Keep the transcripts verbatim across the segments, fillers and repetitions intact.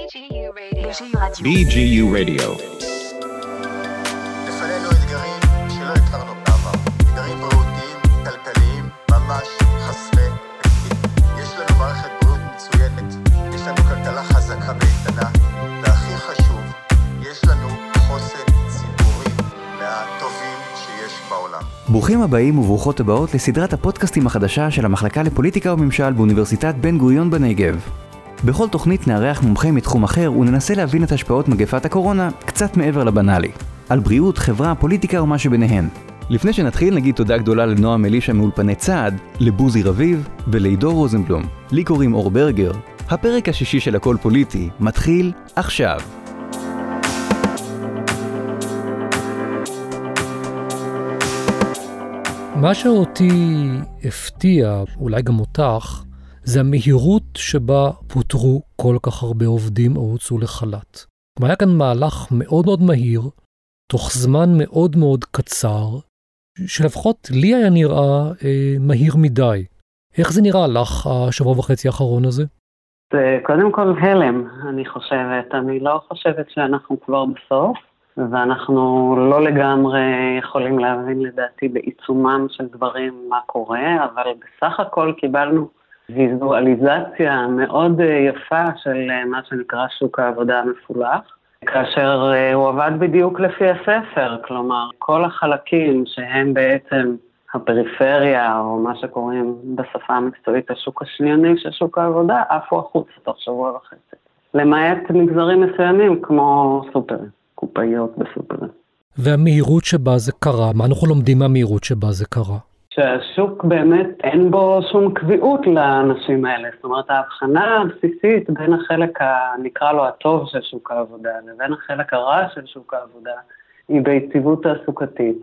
בי ג'י יו Radio. לפנינו אתגרים שלא הכרנו בעבר. אתגרים בריאותיים, כלכליים, ממש חסרי תקדים. יש לנו מערכת בריאות מצוינת, יש לנו כלכלה חזקה ואיתנה, והכי חשוב, יש לנו חוסן ציבורי מהטובים שיש בעולם. ברוכים הבאים וברוכות הבאות לסדרת הפודקאסטים החדשה של המחלקה לפוליטיקה וממשל באוניברסיטת בן גוריון בנגב. בכל תוכנית נארח מומחה מתחום אחר וננסה להבין את השפעות מגפת הקורונה קצת מעבר לבנאלי. על בריאות, חברה, פוליטיקה ומה שביניהן. לפני שנתחיל נגיד תודה גדולה לנועם אלישע מאולפני צעד, לבוזי רביב ולעידו רוזנבלום. לי קוראים אור ברגר. הפרק השישי של הכל פוליטי מתחיל עכשיו. מה שאותי הפתיע, אולי גם אותך, זה המהירות שבה פוטרו כל כך הרבה עובדים או הוצאו לחל"ת. היה כאן מהלך מאוד מאוד מהיר, תוך זמן מאוד מאוד קצר, שלפחות לי היה נראה אה, מהיר מדי. איך זה נראה לך השבוע וחצי האחרון הזה? זה קודם כל הלם, אני חושבת. אני לא חושבת שאנחנו כבר בסוף, ואנחנו לא לגמרי יכולים להבין לדעתי בעיצומם של דברים מה קורה, אבל בסך הכל קיבלנו ויזואליזציה מאוד יפה של מה שנקרא שוק העבודה המפולח, כאשר הוא עבד בדיוק לפי הספר, כלומר כל החלקים שהם בעצם הפריפריה או מה שקוראים בשפה המקצועית השוק השניוני של שוק העבודה, עפו החוצה תוך שבוע וחצי. למעט מגזרים מסוימים כמו סופרים, קופאיות בסופרים. והמהירות שבה זה קרה, מה אנחנו לומדים מהמהירות שבה זה קרה? שהשוק באמת אין בו שום קביעות לאנשים האלה. זאת אומרת, ההבחנה הבסיסית בין החלק הנקרא לו הטוב של שוק העבודה לבין החלק הרע של שוק העבודה היא ביציבות תעסוקתית.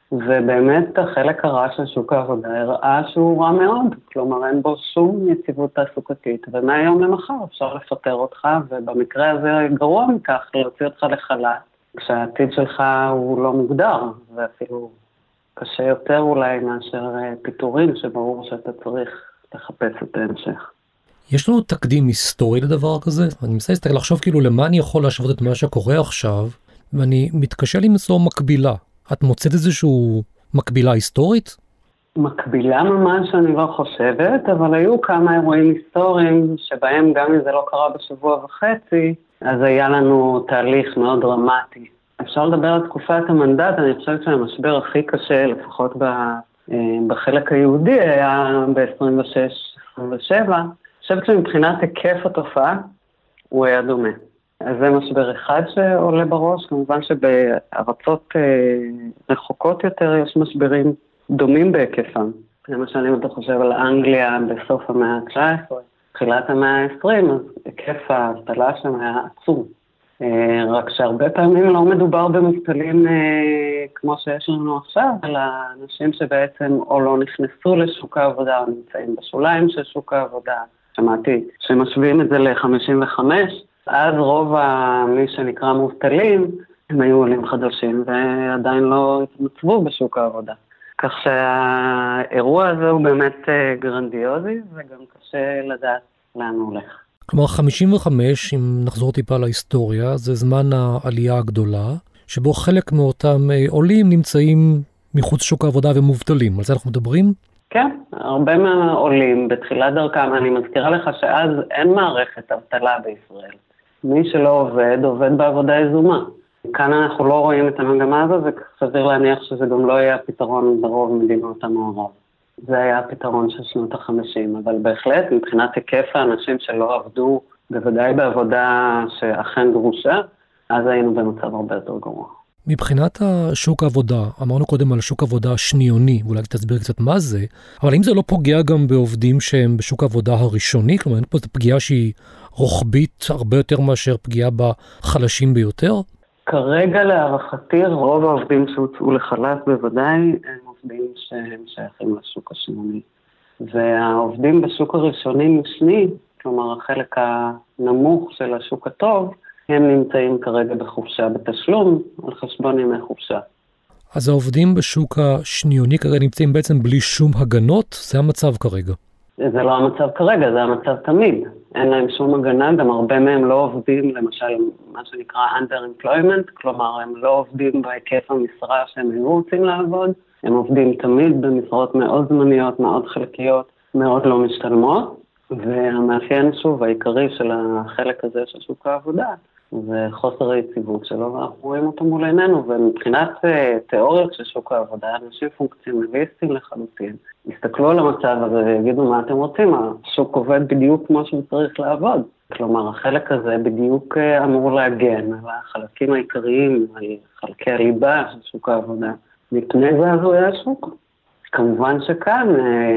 ובאמת החלק הרע של שוק העבודה הראה שהוא רע מאוד. כלומר, אין בו שום יציבות תעסוקתית. ומהיום למחר אפשר לפטר אותך, ובמקרה הזה גרוע מכך להוציא אותך לחל"ת, כשהעתיד שלך הוא לא מוגדר, ואפילו קשה יותר אולי מאשר פיטורים, שברור שאתה צריך לחפש את ההמשך. יש לנו תקדים היסטורי לדבר כזה? אני מנסה להסתכל לחשוב כאילו למה אני יכול להשוות את מה שקורה עכשיו, ואני מתקשה למצוא מקבילה. את מוצאת איזשהו מקבילה היסטורית? מקבילה ממש אני לא חושבת, אבל היו כמה אירועים היסטוריים שבהם גם אם זה לא קרה בשבוע וחצי, אז היה לנו תהליך מאוד דרמטי. אפשר לדבר על תקופת המנדט, אני חושבת שהמשבר הכי קשה, לפחות בחלק היהודי, היה ב-עשרים ושש עשרים ושבע. אני חושבת שמבחינת היקף התופעה, הוא היה דומה. אז זה משבר אחד שעולה בראש, כמובן שבארצות רחוקות יותר יש משברים דומים בהיקפם. למשל, אם אתה חושב על אנגליה בסוף המאה ה-תשע עשרה, תחילת המאה ה-עשרים, אז היקף האבטלה שם היה עצום. רק שהרבה פעמים לא מדובר במובטלים כמו שיש לנו עכשיו, אלא אנשים שבעצם או לא נכנסו לשוק העבודה או נמצאים בשוליים של שוק העבודה. שמעתי שמשווים את זה ל-חמישים וחמש, אז רוב מי שנקרא מובטלים הם היו עולים חדשים ועדיין לא התמצבו בשוק העבודה. כך שהאירוע הזה הוא באמת גרנדיוזי וגם קשה לדעת לאן הוא הולך. כלומר, חמישים וחמש, אם נחזור טיפה להיסטוריה, זה זמן העלייה הגדולה, שבו חלק מאותם עולים נמצאים מחוץ שוק העבודה ומובטלים. על זה אנחנו מדברים? כן, הרבה מהעולים בתחילת דרכם, אני מזכירה לך שאז אין מערכת אבטלה בישראל. מי שלא עובד, עובד בעבודה יזומה. כאן אנחנו לא רואים את המגמה הזו, וסביר להניח שזה גם לא יהיה הפתרון ברוב מדינות המערב. זה היה הפתרון של שנות החמישים, אבל בהחלט מבחינת היקף האנשים שלא עבדו, בוודאי בעבודה שאכן דרושה, אז היינו במצב הרבה יותר גרוע. מבחינת השוק העבודה, אמרנו קודם על שוק עבודה שניוני, ואולי תסביר קצת מה זה, אבל אם זה לא פוגע גם בעובדים שהם בשוק העבודה הראשוני, כלומר אין פה את הפגיעה שהיא רוחבית הרבה יותר מאשר פגיעה בחלשים ביותר? כרגע להערכתי רוב העובדים שהוצאו לחל"ת בוודאי הם עובדים שהם שייכים לשוק השני. והעובדים בשוק הראשוני משני, כלומר החלק הנמוך של השוק הטוב, הם נמצאים כרגע בחופשה בתשלום על חשבון ימי חופשה. אז העובדים בשוק השניוני כרגע נמצאים בעצם בלי שום הגנות? זה המצב כרגע. זה לא המצב כרגע, זה המצב תמיד. אין להם שום הגנה, גם הרבה מהם לא עובדים, למשל, מה שנקרא under-employment, כלומר, הם לא עובדים בהיקף המשרה שהם היו רוצים לעבוד, הם עובדים תמיד במשרות מאוד זמניות, מאוד חלקיות, מאוד לא משתלמות, והמאפיין שוב העיקרי של החלק הזה של שוק העבודה, זה חוסר היציבות שלו, ואנחנו רואים אותו מול עינינו, ומבחינת תיאוריות של שוק העבודה, אנשים פונקציונליסטים לחלוטין, יסתכלו על המצב הזה ויגידו מה אתם רוצים, השוק עובד בדיוק כמו שהוא צריך לעבוד. כלומר, החלק הזה בדיוק אמור להגן על החלקים העיקריים, על חלקי הליבה של שוק העבודה. מפני זעזועי השוק. כמובן שכאן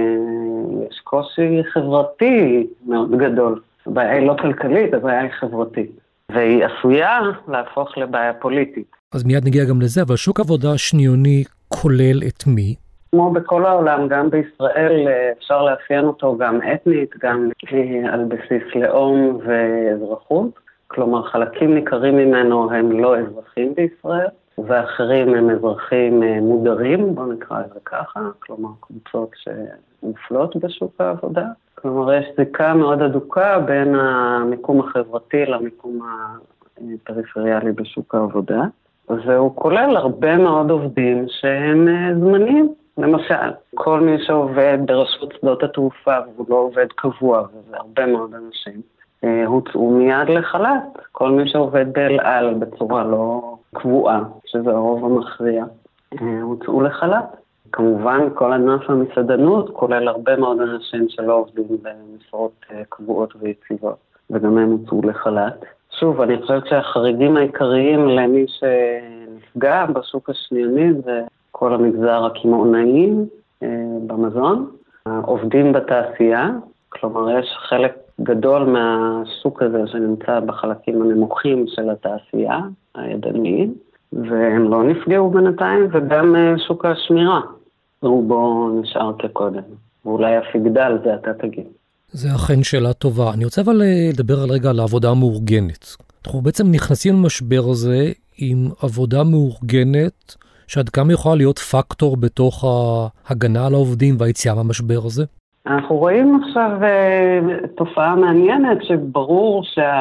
יש קושי חברתי מאוד גדול. הבעיה היא לא כלכלית, הבעיה היא חברתית. והיא עשויה להפוך לבעיה פוליטית. אז מיד נגיע גם לזה, אבל שוק עבודה שניוני כולל את מי? כמו בכל העולם, גם בישראל אפשר לאפיין אותו גם אתנית, גם על בסיס לאום ואזרחות. כלומר, חלקים ניכרים ממנו הם לא אזרחים בישראל, ואחרים הם אזרחים מודרים, בוא נקרא את זה ככה, כלומר קבוצות שמופלות בשוק העבודה. כלומר, יש זיקה מאוד אדוקה בין המיקום החברתי למיקום הפריפריאלי בשוק העבודה, והוא כולל הרבה מאוד עובדים שהם זמניים. למשל, כל מי שעובד ברשות שדות התעופה והוא לא עובד קבוע, וזה הרבה מאוד אנשים, הוצאו מיד לחל"ת. כל מי שעובד באל על בצורה לא קבועה, שזה הרוב המכריע, הוצאו לחל"ת. כמובן, כל ענף המסעדנות כולל הרבה מאוד אנשים שלא עובדים במשרות קבועות ויציבות, וגם הם הוצאו לחל"ת. שוב, אני חושבת שהחריגים העיקריים למי שנפגע בשוק השניוני זה כל המגזר הקמעונאים במזון, העובדים בתעשייה, כלומר יש חלק גדול מהשוק הזה שנמצא בחלקים הנמוכים של התעשייה הידניים, והם לא נפגעו בינתיים, וגם שוק השמירה, רובו נשאר כקודם, ואולי אף יגדל, זה אתה תגיד. זה אכן שאלה טובה. אני רוצה אבל לדבר על רגע על העבודה המאורגנת. אנחנו בעצם נכנסים למשבר הזה עם עבודה מאורגנת, שעד כמה יכולה להיות פקטור בתוך ההגנה על העובדים והיציאה מהמשבר הזה? אנחנו רואים עכשיו תופעה מעניינת שברור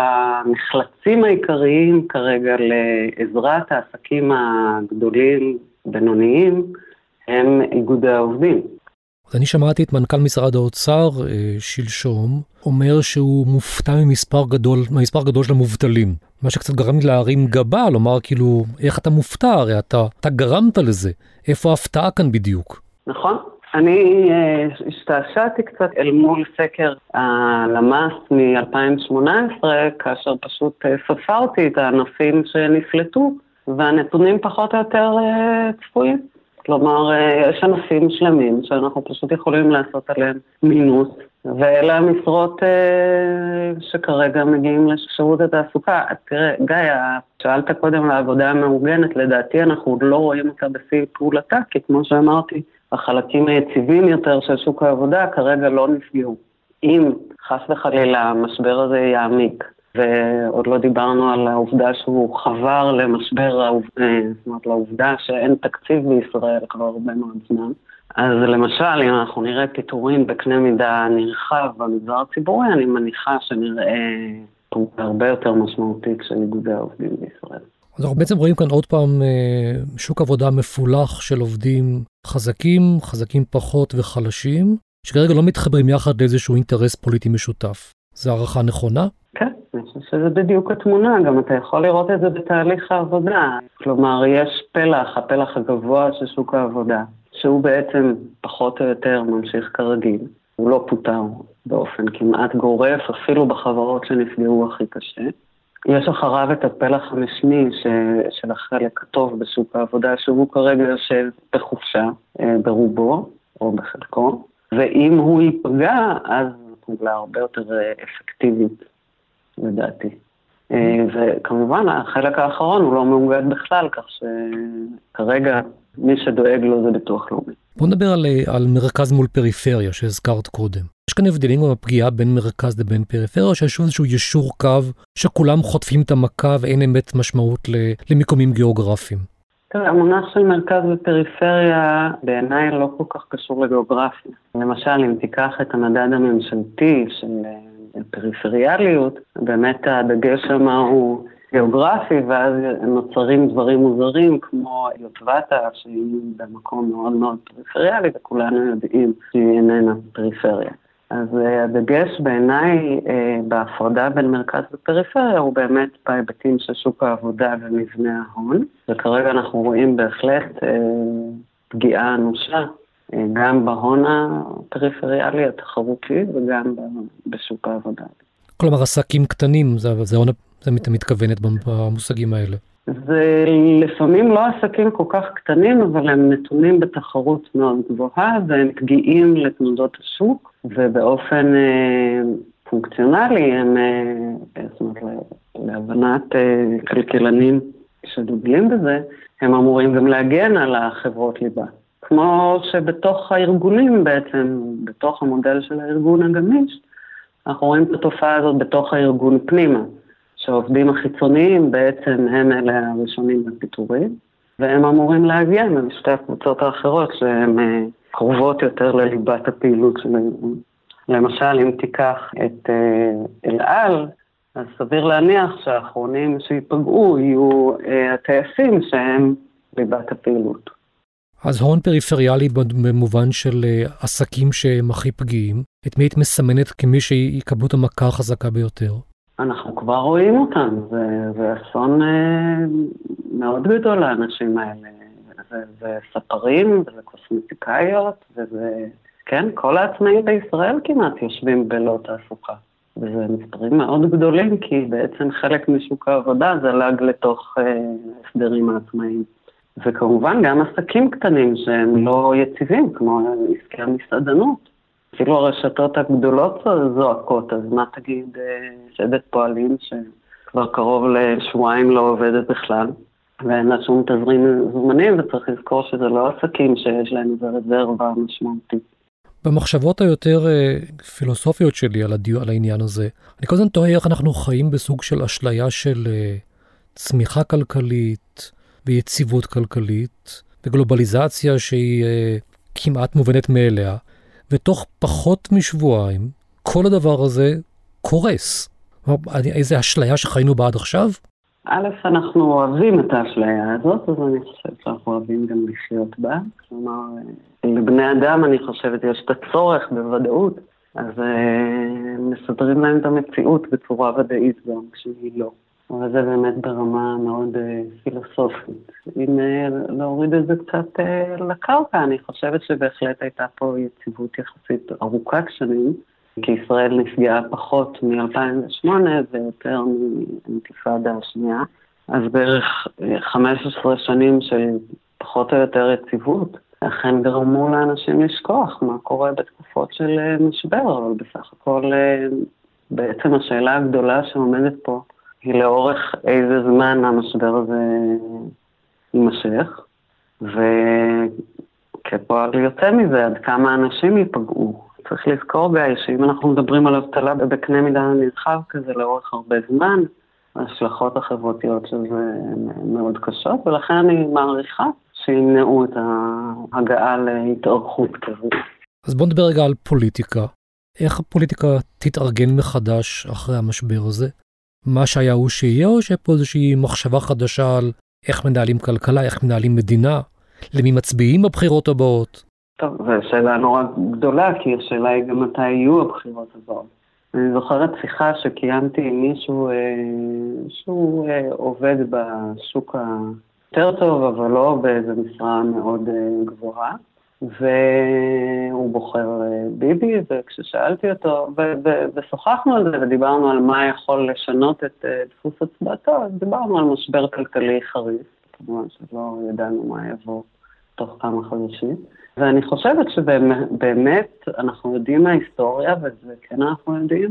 שהנחלצים העיקריים כרגע לעזרת העסקים הגדולים, בינוניים, הם איגודי העובדים. אז אני שמעתי את מנכ"ל משרד האוצר שלשום, אומר שהוא מופתע ממספר גדול, ממספר גדול של המובטלים. מה שקצת גרם לי להרים גבה, לומר כאילו, איך אתה מופתע? הרי אתה, אתה גרמת לזה. איפה ההפתעה כאן בדיוק? נכון. אני השתעשעתי קצת אל מול סקר הלמ"ס מ-אלפיים שמונה עשרה, כאשר פשוט ספרתי את הענפים שנפלטו, והנתונים פחות או יותר צפויים. כלומר, יש ענפים שלמים שאנחנו פשוט יכולים לעשות עליהם מינוס, ואלה המשרות שכרגע מגיעים לשירות התעסוקה. תראה, גיא, שאלת קודם לעבודה המאורגנת, לדעתי אנחנו עוד לא רואים אותה בשיא פעולתה, כי כמו שאמרתי, החלקים היציבים יותר של שוק העבודה כרגע לא נפגעו. אם חס וחלילה המשבר הזה יעמיק, ועוד לא דיברנו על העובדה שהוא חבר למשבר, זאת אומרת, לעובדה שאין תקציב בישראל כבר הרבה מאוד זמן. אז למשל, אם אנחנו נראה פיטורים בקנה מידה נרחב במגזר הציבורי, אני מניחה שנראה פעולה הרבה יותר משמעותית של איגודי העובדים בישראל. אז אנחנו בעצם רואים כאן עוד פעם שוק עבודה מפולח של עובדים חזקים, חזקים פחות וחלשים, שכרגע לא מתחברים יחד לאיזשהו אינטרס פוליטי משותף. זו הערכה נכונה? כן, אני חושב שזה בדיוק התמונה, גם אתה יכול לראות את זה בתהליך העבודה. כלומר, יש פלח, הפלח הגבוה של שוק העבודה, שהוא בעצם פחות או יותר ממשיך כרגיל. הוא לא פוטר באופן כמעט גורף, אפילו בחברות שנפגעו הכי קשה. יש אחריו את הפלח המשני ש... של החלק הטוב בשוק העבודה, שהוא כרגע יושב בחופשה, ברובו או בחלקו, ואם הוא ייפגע, אז פעולה הרבה יותר אפקטיבית, לדעתי. וכמובן, החלק האחרון הוא לא מאוגד בכלל, כך שכרגע מי שדואג לו זה ביטוח לאומי. בוא נדבר על, על מרכז מול פריפריה שהזכרת קודם. יש כאן הבדלים בפגיעה בין מרכז לבין פריפריה, שיש איזשהו ישור קו שכולם חוטפים את המכה ואין אמת משמעות למיקומים גיאוגרפיים. תראה, המונח של מרכז ופריפריה בעיניי לא כל כך קשור לגיאוגרפיה. למשל, אם תיקח את המדד הממשלתי של פריפריאליות, באמת הדגש שם הוא גיאוגרפי, ואז נוצרים דברים מוזרים כמו יוטבתה, שהיא במקום מאוד מאוד פריפריאלי, וכולנו יודעים שהיא איננה פריפריה. אז הדגש בעיניי בהפרדה בין מרכז ופריפריה הוא באמת בהיבטים של שוק העבודה ומבנה ההון, וכרגע אנחנו רואים בהחלט פגיעה אנושה, גם בהון הפריפריאלי התחרותי וגם בשוק העבודה. כלומר, עסקים קטנים, זה, זה, זה מתכוונת במושגים האלה. זה לפעמים לא עסקים כל כך קטנים, אבל הם נתונים בתחרות מאוד גבוהה, והם פגיעים לתנודות השוק, ובאופן אה, פונקציונלי, הם, אה, זאת אומרת, להבנת אה, כלכלנים שדוגלים בזה, הם אמורים גם להגן על החברות ליבה. כמו שבתוך הארגונים בעצם, בתוך המודל של הארגון הגמיש, אנחנו רואים את התופעה הזאת בתוך הארגון פנימה, שהעובדים החיצוניים בעצם הם אלה הראשונים בפיטורים, והם אמורים להגן על שתי הקבוצות האחרות שהן קרובות יותר לליבת הפעילות של הארגון. למשל, אם תיקח את אל על, אז סביר להניח שהאחרונים שיפגעו יהיו הטייסים שהם ליבת הפעילות. אז הון פריפריאלי במובן של עסקים שהם הכי פגיעים, את מי את מסמנת כמי שיקבלו את המכה החזקה ביותר? אנחנו כבר רואים אותם, זה, זה אסון אה, מאוד גדול לאנשים האלה, זה, זה ספרים, וזה קוסמטיקאיות, וזה, כן, כל העצמאים בישראל כמעט יושבים בלא תעסוקה. וזה מספרים מאוד גדולים, כי בעצם חלק משוק העבודה זלג לתוך אה, הסדרים העצמאים. וכמובן גם עסקים קטנים שהם לא יציבים, כמו עסקי המסעדנות. אפילו הרשתות הגדולות זועקות, אז מה תגיד שדת פועלים שכבר קרוב לשבועיים לא עובדת בכלל, ואין לה שום תזרים זמנים, וצריך לזכור שזה לא עסקים שיש להם איזה רזרבה משמעותית. במחשבות היותר פילוסופיות שלי על, הדיו, על העניין הזה, אני כל הזמן תוהה איך אנחנו חיים בסוג של אשליה של צמיחה כלכלית ויציבות כלכלית, וגלובליזציה שהיא כמעט מובנת מאליה, ותוך פחות משבועיים, כל הדבר הזה קורס. איזו אשליה שחיינו בה עד עכשיו? א', אנחנו אוהבים את האשליה הזאת, אז אני חושבת שאנחנו אוהבים גם לחיות בה. כלומר, לבני אדם אני חושבת יש את הצורך בוודאות, אז מסדרים להם את המציאות בצורה ודאית גם כשהיא לא. אבל זה באמת ברמה מאוד פילוסופית. אם להוריד את זה קצת לקרקע, אני חושבת שבהחלט הייתה פה יציבות יחסית ארוכת שנים, כי ישראל נפגעה פחות מ-אלפיים ושמונה ויותר מאינתיפאדה השנייה, אז בערך חמש עשרה שנים של פחות או יותר יציבות, אכן גרמו לאנשים לשכוח מה קורה בתקופות של משבר, אבל בסך הכל בעצם השאלה הגדולה שעומדת פה, היא לאורך איזה זמן המשבר הזה יימשך, וכפועל יוצא מזה עד כמה אנשים ייפגעו. צריך לזכור גיא שאם אנחנו מדברים על אבטלה בקנה מידה נרחב כזה לאורך הרבה זמן, ההשלכות החברתיות של זה מאוד קשות, ולכן אני מעריכה שימנעו את ההגעה להתארכות כזאת. אז בוא נדבר רגע על פוליטיקה. איך הפוליטיקה תתארגן מחדש אחרי המשבר הזה? מה שהיה הוא שיהיה, או שפה איזושהי מחשבה חדשה על איך מנהלים כלכלה, איך מנהלים מדינה, למי מצביעים בבחירות הבאות? טוב, זו שאלה נורא גדולה, כי השאלה היא גם מתי יהיו הבחירות הבאות. אני זוכרת שיחה שקיימתי עם מישהו אה, שהוא אה, עובד בשוק היותר טוב, אבל לא באיזו משרה מאוד אה, גבוהה, והוא בוחר אה, ביבי, וכששאלתי אותו, ו- ו- ושוחחנו על זה ודיברנו על מה יכול לשנות את אה, דפוס הצבעתו, אז דיברנו על משבר כלכלי חריף, כמובן שלא ידענו מה יבוא תוך כמה חודשים. ואני חושבת שבאמת אנחנו יודעים מההיסטוריה, וזה כן אנחנו יודעים,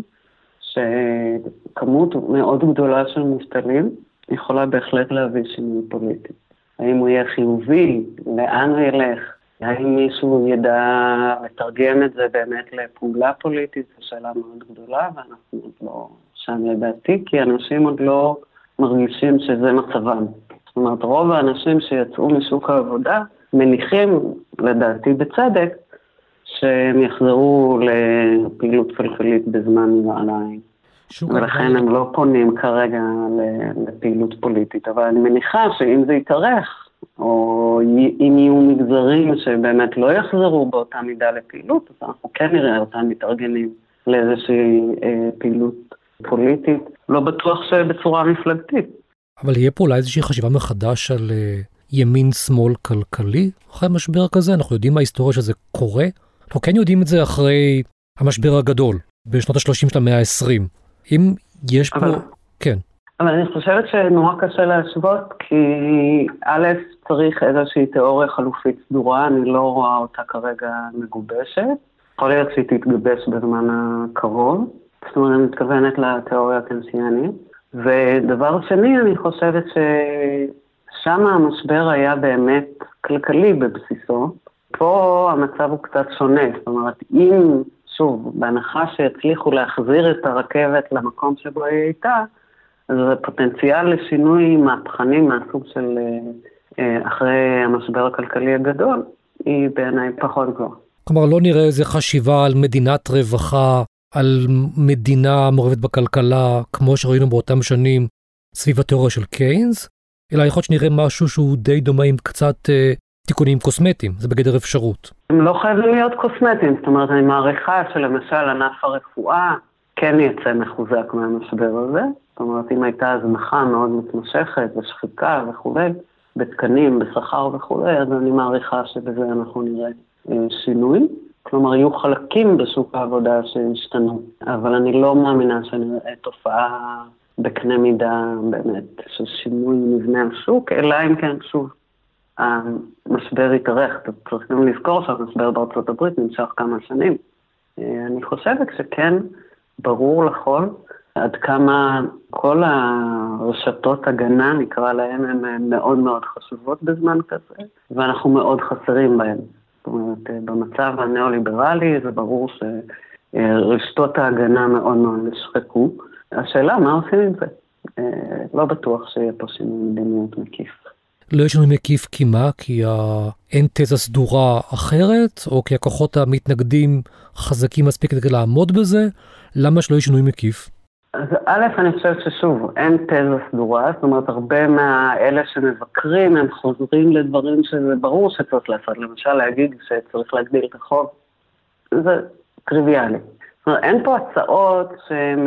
שכמות מאוד גדולה של מובטלים יכולה בהחלט להביא שינוי פוליטי. האם הוא יהיה חיובי? לאן הוא ילך? האם מישהו ידע לתרגם את זה באמת לפעולה פוליטית? זו שאלה מאוד גדולה, ואנחנו עוד לא שם לדעתי, כי אנשים עוד לא מרגישים שזה מצבם. זאת אומרת, רוב האנשים שיצאו משוק העבודה, מניחים, לדעתי בצדק, שהם יחזרו לפעילות כלכלית בזמן נעליים. ולכן הם לא פונים כרגע לפעילות פוליטית, אבל אני מניחה שאם זה יתארך, או אם יהיו מגזרים שבאמת לא יחזרו באותה מידה לפעילות, אז אנחנו כן נראה אותם מתארגנים לאיזושהי פעילות פוליטית, לא בטוח שבצורה מפלגתית. אבל יהיה פה אולי איזושהי חשיבה מחדש על ימין-שמאל כלכלי אחרי משבר כזה? אנחנו יודעים מההיסטוריה שזה קורה? אנחנו כן יודעים את זה אחרי המשבר הגדול, בשנות ה-שלושים של המאה ה-עשרים. אם יש פה... אבל... כן. אבל אני חושבת שנורא קשה להשוות, כי א' צריך איזושהי תיאוריה חלופית סדורה, אני לא רואה אותה כרגע מגובשת. יכול להיות שהיא תתגבש בזמן הקרוב, זאת אומרת, אני מתכוונת לתיאוריה הקנסיאנית. ודבר שני, אני חושבת ששם המשבר היה באמת כלכלי בבסיסו. פה המצב הוא קצת שונה, זאת אומרת, אם, שוב, בהנחה שיצליחו להחזיר את הרכבת למקום שבו היא הייתה, אז זה פוטנציאל לשינוי מהפכני מהסוג של אחרי המשבר הכלכלי הגדול, היא בעיניי פחות גבוהה. כלומר, לא נראה איזה חשיבה על מדינת רווחה, על מדינה מעורבת בכלכלה, כמו שראינו באותם שנים סביב התיאוריה של קיינס, אלא יכול להיות שנראה משהו שהוא די דומה עם קצת אה, תיקונים קוסמטיים, זה בגדר אפשרות. הם לא חייבים להיות קוסמטיים, זאת אומרת, אני מעריכה שלמשל ענף הרפואה כן יצא מחוזק מהמשבר הזה, זאת אומרת, אם הייתה הזנחה מאוד מתמשכת ושחיקה וכו', בתקנים, בשכר וכו', אז אני מעריכה שבזה אנחנו נראה אה, שינוי. כלומר, יהיו חלקים בשוק העבודה שהשתנו, אבל אני לא מאמינה שנראה תופעה בקנה מידה באמת של שינוי מבנה השוק, אלא אם כן, שוב, המשבר יתארך. צריך גם לזכור שהמשבר בארצות הברית נמשך כמה שנים. אני חושבת שכן ברור לכל עד כמה כל הרשתות הגנה, נקרא להן, הן מאוד מאוד חשובות בזמן כזה, ואנחנו מאוד חסרים בהן. זאת אומרת, במצב הנאו-ליברלי זה ברור שרשתות ההגנה מאוד מאוד נשחקו. השאלה, מה עושים עם זה? לא בטוח שיהיה פה שינוי מדיניות מקיף. לא יש לנו מקיף כי מה? כי אין תזה סדורה אחרת, או כי הכוחות המתנגדים חזקים מספיק כדי לעמוד בזה? למה שלא יש שינוי מקיף? אז א', אני חושבת ששוב, אין תזה סדורה, זאת אומרת, הרבה מהאלה שמבקרים, הם חוזרים לדברים שזה ברור שצריך לעשות, למשל להגיד שצריך להגדיל את החוב, זה טריוויאלי. זאת אומרת, אין פה הצעות שהן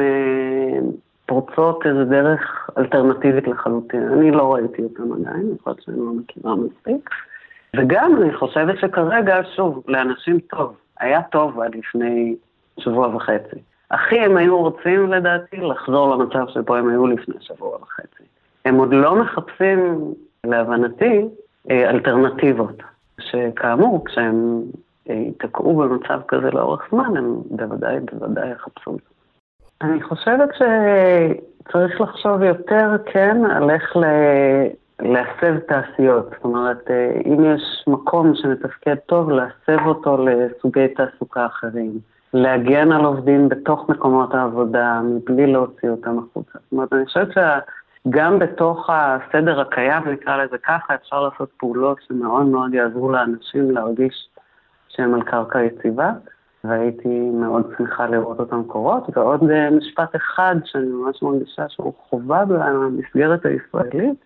פורצות איזו דרך אלטרנטיבית לחלוטין, אני לא ראיתי אותם עדיין, יכול להיות שאני לא מכירה מספיק, וגם אני חושבת שכרגע, שוב, לאנשים טוב, היה טוב עד לפני שבוע וחצי. אחי, הם היו רוצים, לדעתי, לחזור למצב שבו הם היו לפני שבוע וחצי. הם עוד לא מחפשים, להבנתי, אלטרנטיבות, שכאמור, כשהם יתקעו במצב כזה לאורך זמן, הם בוודאי, בוודאי יחפשו. אני חושבת שצריך לחשוב יותר, כן, על איך להסב תעשיות. זאת אומרת, אם יש מקום שמתפקד טוב, להסב אותו לסוגי תעסוקה אחרים. להגן על עובדים בתוך מקומות העבודה, מבלי להוציא אותם החוצה. זאת אומרת, אני חושבת שגם בתוך הסדר הקיים, נקרא לזה ככה, אפשר לעשות פעולות שמאוד מאוד יעזרו לאנשים להרגיש שהם על קרקע יציבה, והייתי מאוד שמחה לראות אותם קורות. ועוד משפט אחד שאני ממש מרגישה שהוא חובה במסגרת הישראלית,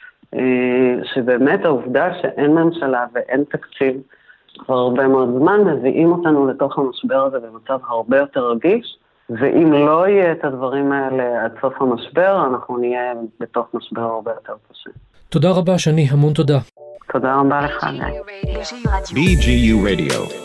שבאמת העובדה שאין ממשלה ואין תקציב, כבר הרבה מאוד זמן, מביאים אותנו לתוך המשבר הזה במצב הרבה יותר רגיש, ואם לא יהיה את הדברים האלה עד סוף המשבר, אנחנו נהיה בתוך משבר הרבה יותר קשה. תודה רבה, שני, המון תודה. תודה רבה לך. בי ג'י יו Radio